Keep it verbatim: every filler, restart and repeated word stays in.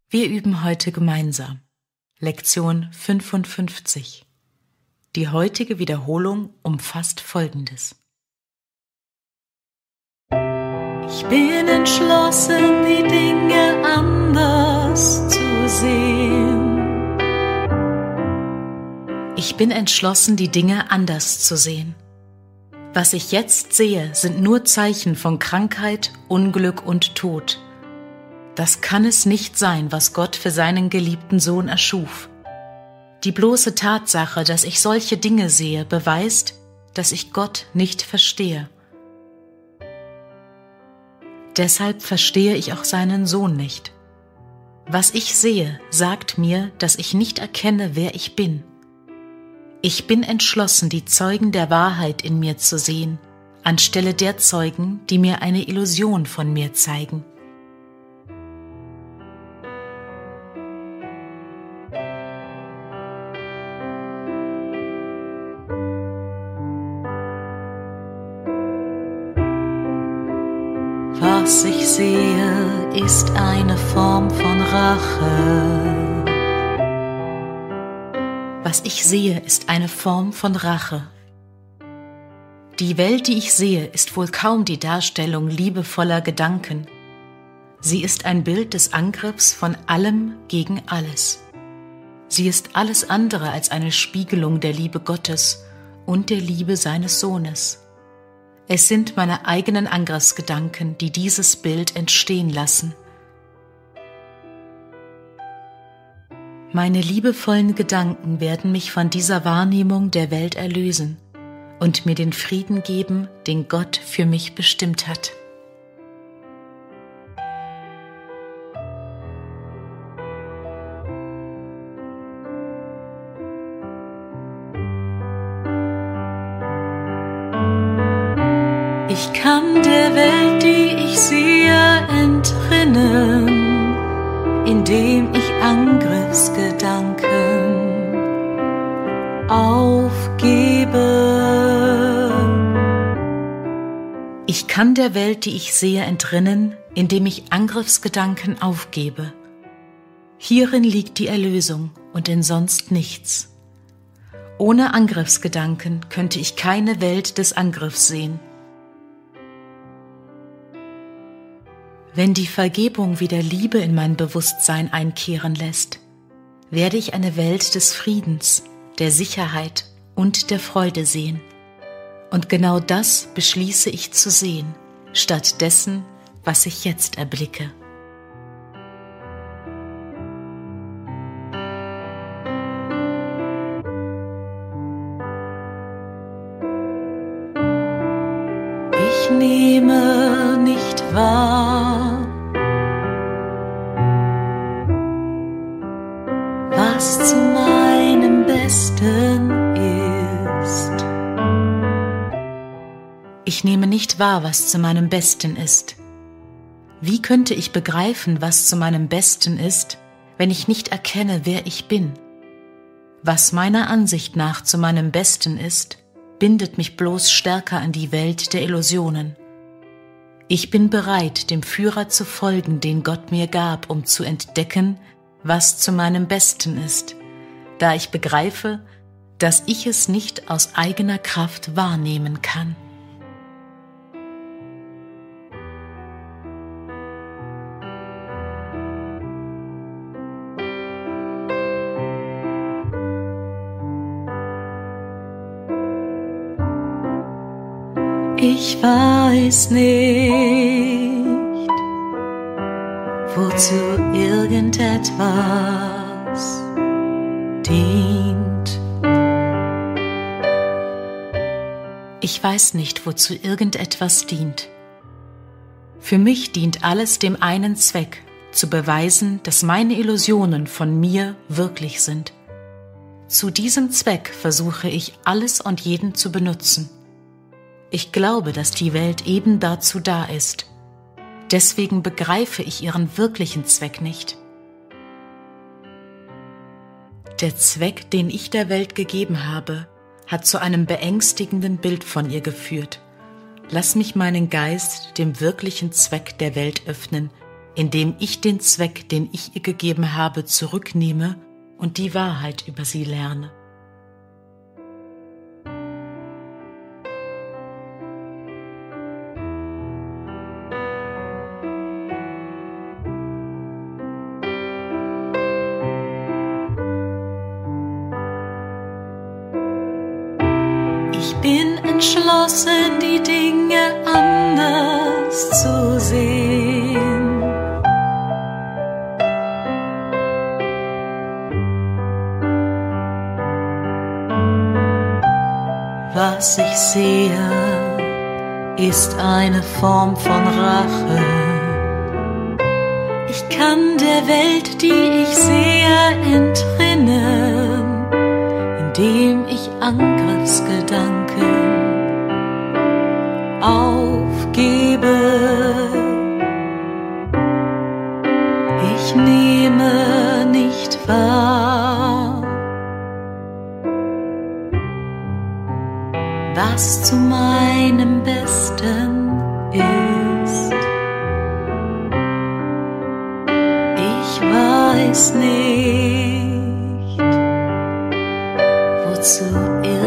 Wir üben heute gemeinsam. Lektion fünfundfünfzig. Die heutige Wiederholung umfasst Folgendes. Ich bin entschlossen, die Dinge anders zu sehen. Ich bin entschlossen, die Dinge anders zu sehen. Was ich jetzt sehe, sind nur Zeichen von Krankheit, Unglück und Tod. Das kann es nicht sein, was Gott für seinen geliebten Sohn erschuf. Die bloße Tatsache, dass ich solche Dinge sehe, beweist, dass ich Gott nicht verstehe. Deshalb verstehe ich auch seinen Sohn nicht. Was ich sehe, sagt mir, dass ich nicht erkenne, wer ich bin. Ich bin entschlossen, die Zeugen der Wahrheit in mir zu sehen, anstelle der Zeugen, die mir eine Illusion von mir zeigen. Was ich sehe, ist eine Form von Rache. Was ich sehe, ist eine Form von Rache. Die Welt, die ich sehe, ist wohl kaum die Darstellung liebevoller Gedanken. Sie ist ein Bild des Angriffs von allem gegen alles. Sie ist alles andere als eine Spiegelung der Liebe Gottes und der Liebe seines Sohnes. Es sind meine eigenen Angriffsgedanken, die dieses Bild entstehen lassen. Meine liebevollen Gedanken werden mich von dieser Wahrnehmung der Welt erlösen und mir den Frieden geben, den Gott für mich bestimmt hat. Ich kann der Welt, die ich sehe, entrinnen, indem ich Angriffsgedanken aufgebe. Ich kann der Welt, die ich sehe, entrinnen, indem ich Angriffsgedanken aufgebe. Hierin liegt die Erlösung und in sonst nichts. Ohne Angriffsgedanken könnte ich keine Welt des Angriffs sehen. Wenn die Vergebung wieder Liebe in mein Bewusstsein einkehren lässt, werde ich eine Welt des Friedens, der Sicherheit und der Freude sehen. Und genau das beschließe ich zu sehen, statt dessen, was ich jetzt erblicke. Ich nehme nicht wahr, was zu meinem Besten ist. Ich nehme nicht wahr, was zu meinem Besten ist. Wie könnte ich begreifen, was zu meinem Besten ist, wenn ich nicht erkenne, wer ich bin? Was meiner Ansicht nach zu meinem Besten ist, bindet mich bloß stärker an die Welt der Illusionen. Ich bin bereit, dem Führer zu folgen, den Gott mir gab, um zu entdecken, was zu meinem Besten ist, da ich begreife, dass ich es nicht aus eigener Kraft wahrnehmen kann. Ich weiß nicht, wozu irgendetwas dient. Ich weiß nicht, wozu irgendetwas dient. Für mich dient alles dem einen Zweck, zu beweisen, dass meine Illusionen von mir wirklich sind. Zu diesem Zweck versuche ich, alles und jeden zu benutzen. Ich glaube, dass die Welt eben dazu da ist. Deswegen begreife ich ihren wirklichen Zweck nicht. Der Zweck, den ich der Welt gegeben habe, hat zu einem beängstigenden Bild von ihr geführt. Lass mich meinen Geist dem wirklichen Zweck der Welt öffnen, indem ich den Zweck, den ich ihr gegeben habe, zurücknehme und die Wahrheit über sie lerne. Ich bin entschlossen, die Dinge anders zu sehen. Was ich sehe, ist eine Form von Rache. Ich kann der Welt, die ich sehe, entrinnen, indem ich Angriffsgedanken aufgebe. Ich nehme nicht wahr, was zu meinem Besten ist. Ich weiß nicht, wozu ist.